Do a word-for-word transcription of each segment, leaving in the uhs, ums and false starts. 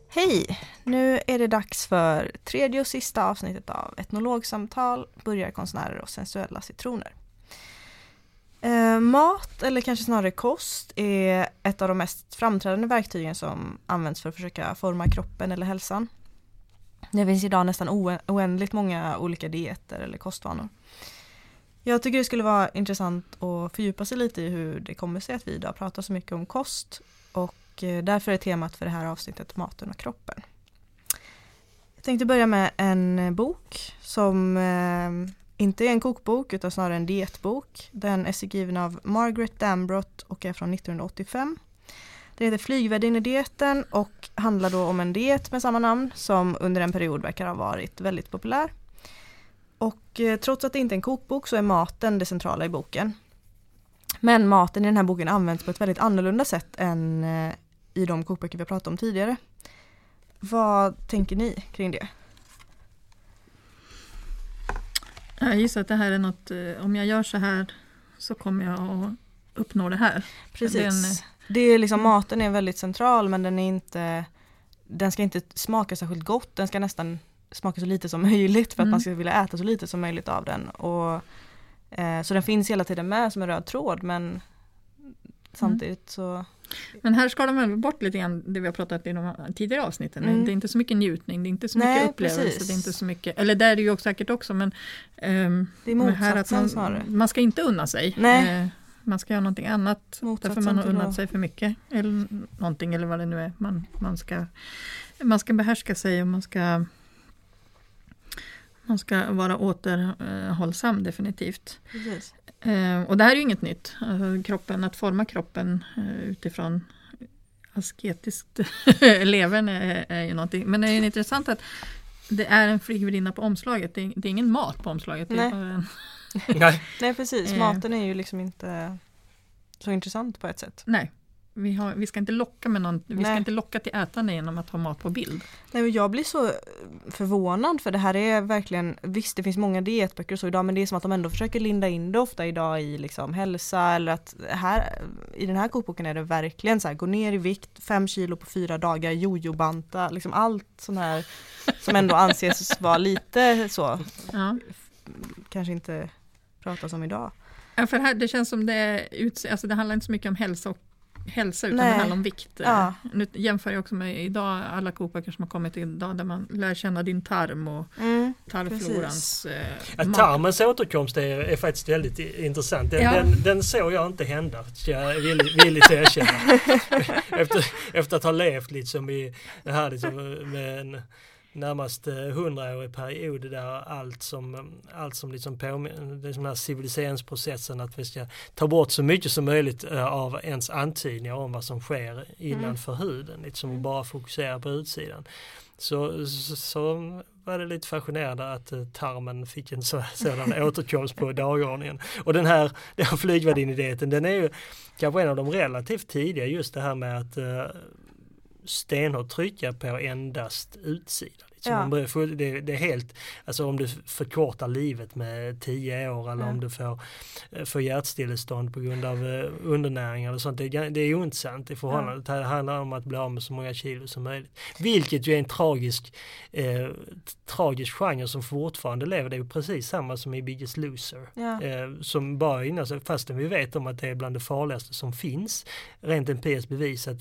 Hej! Nu är det dags för tredje och sista avsnittet av Etnologsamtal, burgarkonstnärer och sensuella citroner. Eh, mat, eller kanske snarare kost, är ett av de mest framträdande verktygen som används för att försöka forma kroppen eller hälsan. Det finns idag nästan oändligt många olika dieter eller kostvanor. Jag tycker det skulle vara intressant att fördjupa sig lite i hur det kommer sig att vi idag pratar så mycket om kost, och därför är temat för det här avsnittet maten och kroppen. Jag tänkte börja med en bok som eh, inte är en kokbok utan snarare en dietbok. Den är skriven av Margaret Dambrot och är från nittonhundraåttiofem. Det heter Flygvärdinnedieten och handlar då om en diet med samma namn som under en period verkar ha varit väldigt populär. Och eh, trots att det inte är en kokbok så är maten det centrala i boken. Men maten i den här boken används på ett väldigt annorlunda sätt än eh, i de kokböcker vi har pratat om tidigare. Vad tänker ni kring det? Jag gissar att det här är något, om jag gör så här så kommer jag att uppnå det här. Precis. Den, det är liksom, maten är väldigt central, men den är inte, den ska inte smaka särskilt gott. Den ska nästan smaka så lite som möjligt för att mm. man ska vilja äta så lite som möjligt av den. Och, eh, så den finns hela tiden med som en röd tråd, men samtidigt så... Men här ska de väl bort lite grann det vi har pratat i de tidigare avsnitten. Mm. Det är inte så mycket njutning, det är inte så Nej, mycket upplevelse, precis. det är inte så mycket, eller där är det ju också säkert också, men um, det är motsatsen här att man, snarare. Man ska inte unna sig. Nej. Uh, man ska göra någonting annat Motsatsen därför man har unnat då. sig för mycket eller någonting, eller vad det nu är. Man, man, ska, man ska behärska sig och man ska man ska vara återhållsam definitivt. Precis. Uh, och det här är ju inget nytt. Uh, kroppen, att forma kroppen uh, utifrån asketiskt leven är, är ju någonting. Men det är ju intressant att det är en flygvärdinna på omslaget. Det är, det är ingen mat på omslaget. Det är Nej. en Nej. Nej, precis. Maten är ju liksom inte så intressant på ett sätt. Nej. Vi, har, vi ska inte locka med någon, vi ska Nej. inte locka till ätande genom att ha mat på bild. Nej, men jag blir så förvånad, för det här är verkligen, visst det finns många dietböcker och så idag, men det är som att de ändå försöker linda in det ofta idag i liksom hälsa, eller att här, i den här kokboken är det verkligen så här, gå ner i vikt, fem kilo på fyra dagar, jojo-banta, liksom allt sånt här som ändå anses vara lite så, Ja. kanske inte pratas om idag. Ja, för här, det känns som det är, alltså det handlar inte så mycket om hälsa och hälsa utan Nej. det handlar om vikt. Ja. Nu jämför jag också med idag alla kokböcker som har kommit idag där man lär känna din tarm och Mm, tarmflorans eh, Ja, mat. tarmens återkomst är, är faktiskt väldigt intressant. Den, Ja. den, den såg jag inte hända, ska jag villigt, villigt erkänna. efter, efter att ha levt liksom i det här liksom med en närmast hundraårig period där allt som, allt som liksom påminner, det är den här civiliseringsprocessen att vi ska ta bort så mycket som möjligt av ens antydningar om vad som sker innanför mm. huden, liksom mm. bara fokusera på utsidan. Så, så, så var det lite fascinerande att tarmen fick en så, sådan återkomst på dagordningen. Och den här, den här flygvärdinnedieten, den är ju kanske en av de relativt tidiga, just det här med att uh, stenhårt trycka på endast utsidan. Ja. Det, det är helt, alltså om du förkortar livet med tio år eller ja. om du får, får hjärtstillestånd på grund av undernäring eller sånt, det, det är ointressant i förhållande. Ja. Det handlar om att bli av med så många kilo som möjligt. Vilket ju är en tragisk eh, tragisk genre som fortfarande lever. Det är ju precis samma som i Biggest Loser. Ja. Eh, som bara innan, fastän vi vet om att det är bland det farligaste som finns. Rent empiriskt bevisat,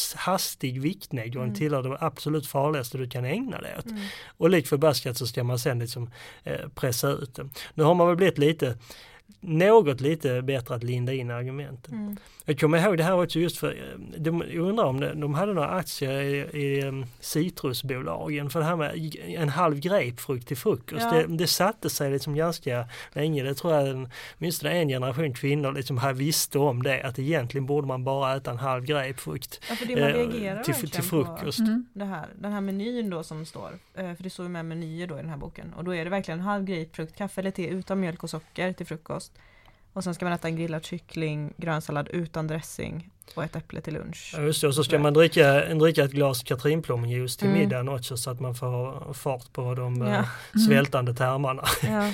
hastig viktnedgång mm. tillhör det absolut farligaste du kan ägna dig åt. Mm. Och lik förbaskat så ska man sen liksom eh, pressa ut det. Nu har man väl blivit lite något lite bättre att linda in argumenten. Mm. Jag kommer ihåg det här också just för, de, jag undrar om de, de hade några aktier i, i um, citrusbolagen för det här med en halv grapefrukt till frukost. Ja. Det, det satte sig liksom ganska länge. Det tror jag en, minst en generation kvinnor liksom här visste om det, att egentligen borde man bara äta en halv grapefrukt ja, för det man reagerar eh, till, till frukost. På, mm. det här, den här menyn då som står, eh, för det står ju med menyer då i den här boken, och då är det verkligen en halv grapefrukt, kaffe eller te utan mjölk och socker till frukost. Och sen ska man äta en grillad kyckling, grönsallad utan dressing och ett äpple till lunch. Ja, just det, och så ska man dricka, en, dricka ett glas katrinplommonjuice till mm. middagen också så att man får fart på de ja. uh, svältande tarmarna. Ja.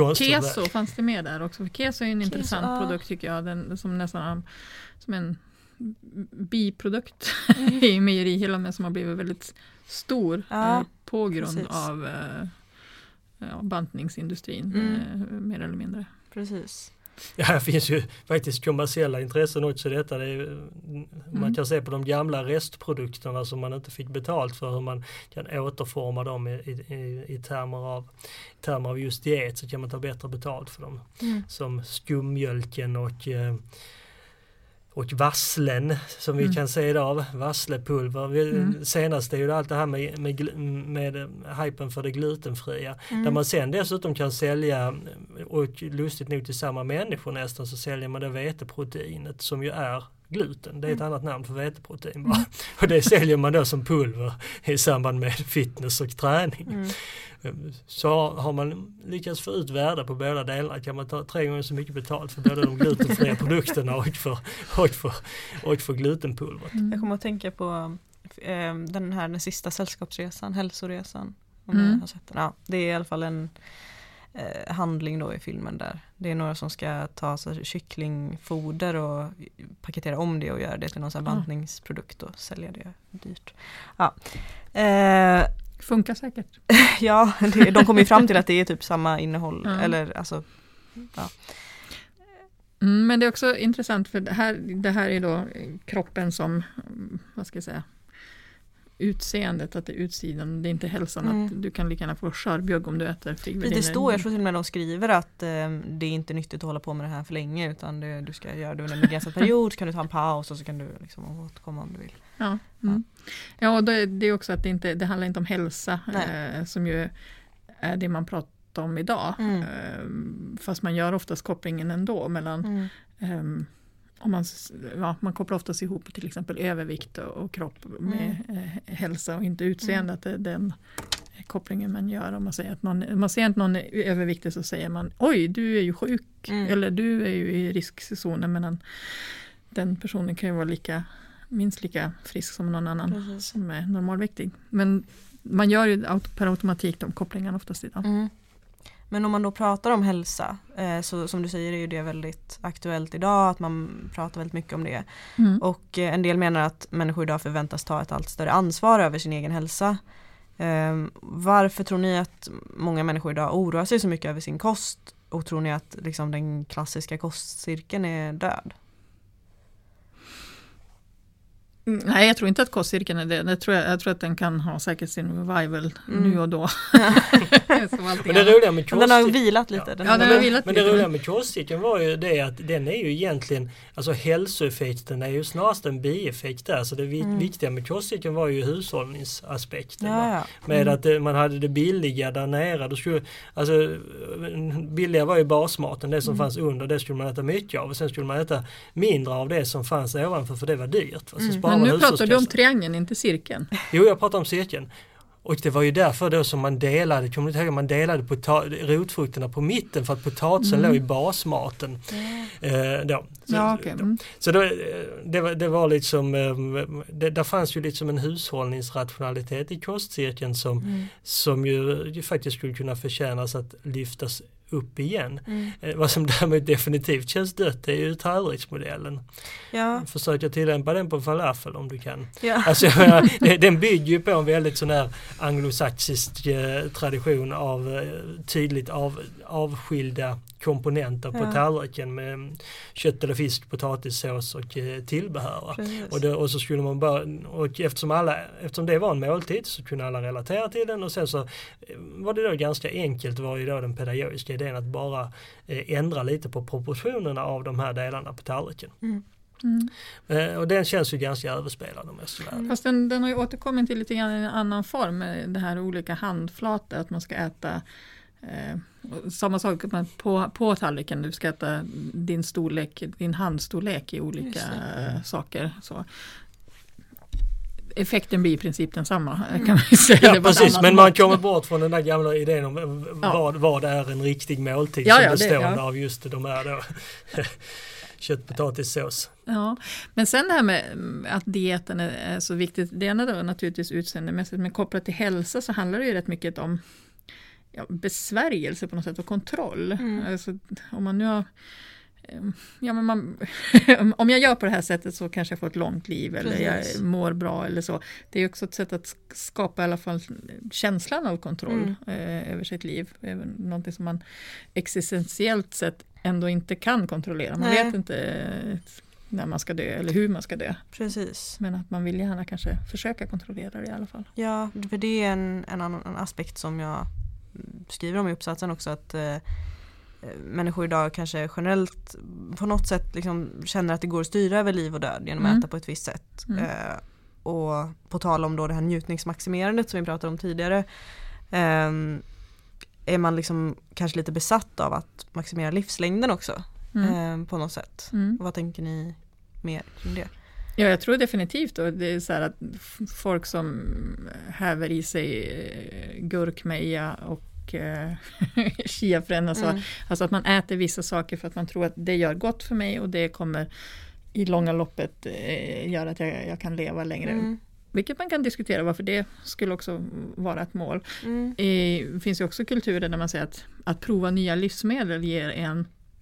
Keso fanns det med där också. Keso är en Keso, intressant ah. produkt tycker jag. Den, som nästan som en biprodukt mm. i mejerihyllan men som har blivit väldigt stor ja, eh, på grund precis. av eh, ja, bantningsindustrin mm. eh, mer eller mindre. Precis. Ja, det finns ju faktiskt kommersiella intressen också i detta. Det är, mm. Man kan se på de gamla restprodukterna som man inte fick betalt för, hur man kan återforma dem i, i, i, termer, av, i termer av just diet, så kan man ta bättre betalt för dem. Mm. Som skummjölken och, och vasslen som vi mm. kan se idag, vasslepulver. Mm. Senast är ju allt det här med, med, med hypen för det glutenfria. Mm. Där man sen dessutom kan sälja, och lustigt nog till samma människor nästan, så säljer man det veteproteinet som ju är gluten. Det är ett mm. annat namn för veteprotein bara. Mm. Och det säljer man då som pulver i samband med fitness och träning. Mm. Så har man lyckats få ut värde på båda delarna, kan man ta tre gånger så mycket betalt för både de glutenfria produkterna och för, och för, och för glutenpulvret. Mm. Jag kommer att tänka på eh, den här den sista sällskapsresan, hälsoresan. Om mm. jag har sett den. Ja, det är i alla fall en eh, handling då i filmen där. Det är några som ska ta så här, kycklingfoder och paketera om det och göra det till någon sån här bantningsprodukt och sälja det dyrt. Ja. Eh, Funkar säkert. Ja, det, de kommer ju fram till att det är typ samma innehåll. Mm. Eller alltså, ja. Mm, men det är också intressant för det här, det här är då kroppen som, vad ska jag säga, utseendet, att det är utsidan, det är inte hälsan, mm. att du kan lika gärna få skörbjugg om du äter figverdiner. Det står, jag tror till och med de skriver att eh, det är inte nyttigt att hålla på med det här för länge, utan det, du ska göra det under en begränsad period, så kan du ta en paus och så kan du liksom återkomma om du vill. Ja, mm. ja och det, det är också att det, inte, det handlar inte om hälsa eh, som ju är det man pratar om idag. Mm. Eh, fast man gör oftast kopplingen ändå mellan mm. eh, om man, ja, man kopplar oftast ihop till exempel övervikt och, och kropp med mm. eh, hälsa och inte utseende. Mm. Att det är den kopplingen man gör. Om man säger att någon, man ser inte någon är överviktig, så säger man oj, du är ju sjuk mm. eller du är ju i riskzonen, men den personen kan ju vara lika minst lika frisk som någon annan Precis. Som är normalviktig. Men man gör ju per automatik de kopplingarna oftast idag. Mm. Men om man då pratar om hälsa, eh, så som du säger är ju det väldigt aktuellt idag, att man pratar väldigt mycket om det. Mm. Och eh, en del menar att människor idag förväntas ta ett allt större ansvar över sin egen hälsa. Eh, varför tror ni att många människor idag oroar sig så mycket över sin kost? Och tror ni att liksom, den klassiska kostcirkeln är död? Nej, jag tror inte att kostcirkeln är det. Jag tror, jag, jag tror att den kan ha säkert sin revival mm. nu och då. Men det roliga med kostcirkeln... Den har vilat lite. Ja, den ja, den har vilat men lite. det roliga med kostcirkeln var ju det att den är ju egentligen, alltså hälsoeffekten är ju snarast en bieffekt där. Så det mm. viktiga med kostcirkeln var ju hushållningsaspekten. Ja, ja. Med mm. att det, man hade det billiga där nere. Då skulle, alltså, billiga var ju basmaten, det som mm. fanns under, det skulle man äta mycket av. Och sen skulle man äta mindre av det som fanns ovanför, för det var dyrt. Alltså, mm. Men nu pratar du om triangeln, inte cirkeln. Jo, jag pratar om cirkeln. Och det var ju därför då som man delade, kommer du ihåg, man delade pota- rotfrukterna på mitten för att potatisen mm. låg i basmaten. Mm. Eh, då. Så, ja, okay. mm. så då, det, var, det var liksom, det, där fanns ju liksom en hushållningsrationalitet i kostcirkeln som, mm. som ju, ju faktiskt skulle kunna förtjänas att lyftas upp igen. Mm. Eh, vad som därmed definitivt känns dött, det är ju tallriksmodellen. Ja. Försöka tillämpa den på falafel om du kan. Ja. Alltså, jag menar, det, den bygger ju på en väldigt sån här anglosaxisk eh, tradition av eh, tydligt av, avskilda komponenter på ja. tallriken med kött eller fisk, potatissås och eh, tillbehör. Och, det, och så skulle man bara, och eftersom alla, eftersom det var en måltid så kunde alla relatera till den, och sen så var det då ganska enkelt, var ju då den pedagogiska idén att bara eh, ändra lite på proportionerna av de här delarna på tallriken. Mm. Mm. Eh, och den känns ju ganska överspelad om jag så mm. Fast den, den har ju återkommit till lite grann i en annan form, det här olika handflator, att man ska äta Eh, samma sak på, på tallriken, du ska äta din storlek, din handstorlek i olika eh, saker. Så. Effekten blir i princip densamma, kan man säga. Ja, precis, men man kommer bort från den där gamla idén om ja. vad, vad är en riktig måltid ja, som ja, bestående ja. av just de här då kött, potatis, sås. Ja, men sen det här med att dieten är så viktigt, det ena då naturligtvis utseendemässigt, men kopplat till hälsa så handlar det ju rätt mycket om ja, besvärjelse på något sätt och kontroll. Mm. Alltså, om man nu har ja, men man, om jag gör på det här sättet så kanske jag får ett långt liv eller Precis. jag mår bra eller så. Det är också ett sätt att skapa i alla fall känslan av kontroll mm. eh, över sitt liv. Även någonting som man existentiellt sett ändå inte kan kontrollera. Man Nej. vet inte eh, när man ska dö eller hur man ska dö. Precis. Men att man vill gärna kanske försöka kontrollera det i alla fall. Ja, för det är en, en annan en aspekt som jag skriver om i uppsatsen också, att eh, människor idag kanske generellt på något sätt liksom känner att det går att styra över liv och död genom att mm. äta på ett visst sätt. Mm. Eh, och på tal om då det här njutningsmaximerandet som vi pratade om tidigare, eh, är man liksom kanske lite besatt av att maximera livslängden också mm. eh, på något sätt. Mm. Och vad tänker ni mer kring det? Ja, jag tror definitivt då. Det är så här att folk som häver i sig gurkmeja och eh, chiafrän och så. Mm. Alltså att man äter vissa saker för att man tror att det gör gott för mig och det kommer i långa loppet eh, göra att jag, jag kan leva längre. Mm. Vilket man kan diskutera varför det skulle också vara ett mål. Mm. Eh, det finns ju också kulturer där man säger att, att prova nya livsmedel ger en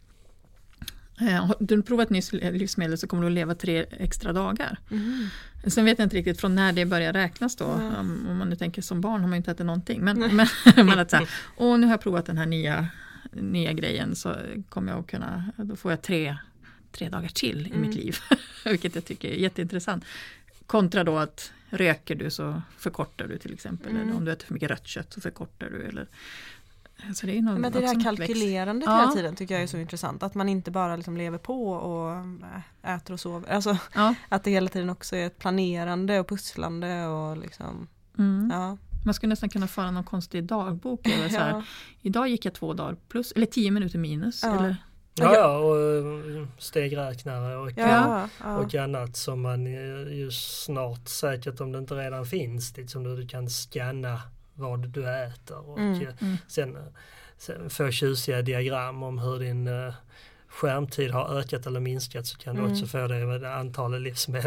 Eh, du provar ett nytt livsmedel så kommer du att leva tre extra dagar. Mm. Sen vet jag inte riktigt från när det börjar räknas då. Mm. Um, om man nu tänker som barn har man inte ätit någonting. Men, men, men att säga, åh nu har jag provat den här nya, nya grejen så kommer jag att kunna, då får jag tre, tre dagar till i mm. mitt liv. Vilket jag tycker är jätteintressant. Kontra då att röker du så förkortar du till exempel. Mm. Eller om du äter för mycket rött kött så förkortar du. Eller alltså det är någon, men det där kalkylerandet hela ja. tiden tycker jag är så intressant. Att man inte bara liksom lever på och äter och sover. Alltså, ja. Att det hela tiden också är ett planerande och pusslande. Och liksom, mm. ja. Man skulle nästan kunna föra någon konstig dagbok. Eller så här, ja. Idag gick jag två dagar plus, eller tio minuter minus. Ja. Eller? Ja, ja, och stegräknare och, ja, ja. och annat som man ju snart säkert, om det inte redan finns, liksom du kan scanna vad du äter och mm, mm. Sen, sen få tjusiga diagram om hur din uh, skärmtid har ökat eller minskat, så kan mm. du också få det med antalet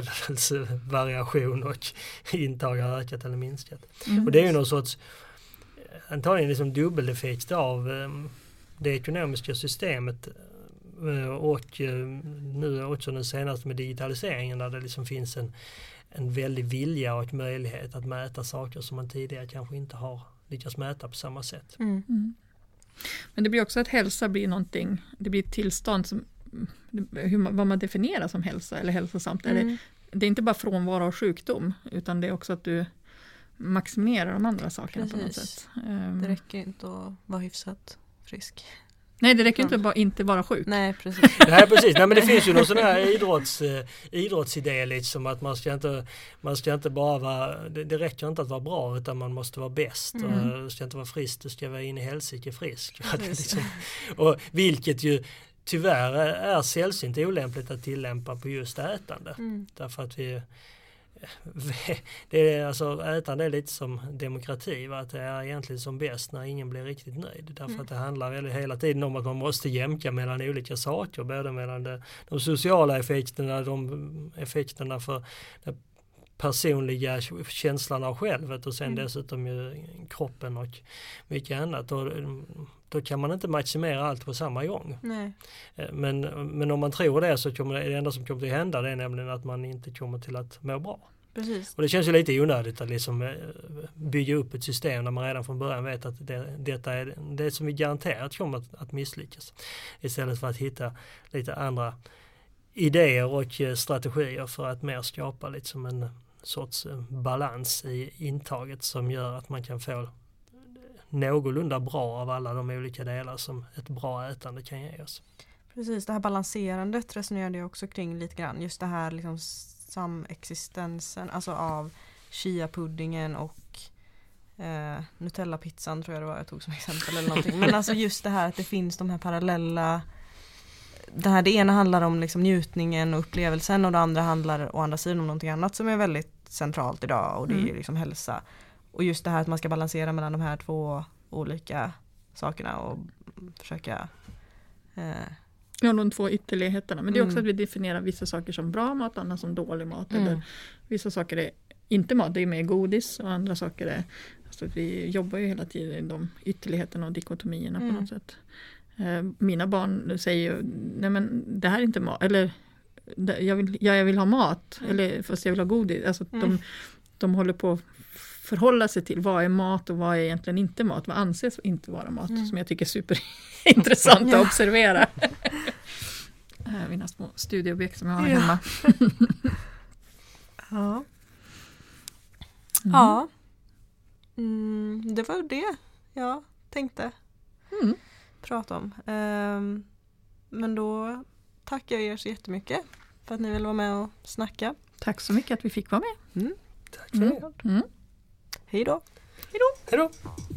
livsmedelsvariation och intag har ökat eller minskat. Mm. Och det är ju någon sorts antagligen liksom dubbeleffekt av um, det ekonomiska systemet uh, och uh, nu också den senaste med digitaliseringen, där det liksom finns en en väldig vilja och möjlighet att mäta saker som man tidigare kanske inte har lyckats mäta på samma sätt. Mm. Mm. Men det blir också att hälsa blir någonting, det blir ett tillstånd som, hur, vad man definierar som hälsa eller hälsosamt. Mm. Det är inte bara frånvaro av sjukdom, utan det är också att du maximerar de andra sakerna. Precis. På något sätt. Det räcker inte att vara hyfsat frisk. Nej, det räcker inte att bara inte vara sjuk. Nej, precis. Nej, precis. Nej, men det finns ju någon sån här idrotts, eh, idrottsidé liksom, att man ska inte, man ska inte bara vara, det, det räcker inte att vara bra, utan man måste vara bäst. Mm. Och du ska inte vara frisk, du ska vara in i helsike frisk. liksom. Och vilket ju tyvärr är sällsynt olämpligt att tillämpa på just ätande. Mm. Därför att vi det är, alltså, ätande är lite som demokrati, va? Att det är egentligen som bäst när ingen blir riktigt nöjd. Därför mm. att det handlar väl hela tiden om att man måste jämka mellan olika saker, både mellan det, de sociala effekterna, de effekterna för den personliga känslan av självet och sen mm. dessutom ju kroppen och mycket annat. Och då kan man inte maximera allt på samma gång. Nej. Men, men om man tror det, så kommer det, det enda som kommer att hända, det är nämligen att man inte kommer till att må bra. Precis. Och det känns ju lite onödigt att liksom bygga upp ett system där man redan från början vet att det, detta är det som vi garanterat kommer att, att misslyckas. Istället för att hitta lite andra idéer och strategier för att mer skapa lite som en sorts balans i intaget som gör att man kan få någorlunda bra av alla de olika delar som ett bra ätande kan ge oss. Precis, det här balanserandet resonerade jag också kring lite grann. Just det här liksom samexistensen, alltså av chia-puddingen och eh, Nutella-pizzan tror jag det var jag tog som exempel eller någonting. Men alltså just det här att det finns de här parallella, det här det ena handlar om liksom njutningen och upplevelsen och det andra handlar å andra sidan om någonting annat som är väldigt centralt idag, och det mm. är liksom hälsa. Och just det här att man ska balansera mellan de här två olika sakerna och försöka eh, ja, de två ytterligheterna. Men det är också mm. att vi definierar vissa saker som bra mat, andra som dålig mat. Mm. Eller vissa saker är inte mat, det är mer godis, och andra saker är, alltså att vi jobbar ju hela tiden i de ytterligheterna och dikotomierna mm. på något sätt. Eh, mina barn säger ju, nej men det här är inte mat, eller jag vill, ja, jag vill ha mat, mm. eller fast jag vill ha godis. Alltså mm. de, de håller på att förhålla sig till vad är mat och vad är egentligen inte mat, vad anses inte vara mat, mm. som jag tycker är superintressant ja. att observera. Mina små studieobjekt som jag har ja. hemma. ja. Mm. Ja. Mm, det var det jag tänkte mm. prata om. Um, men då tackar jag er så jättemycket för att ni vill vara med och snacka. Tack så mycket att vi fick vara med. Mm. Tack för det. Mm. Hej då. Hej då.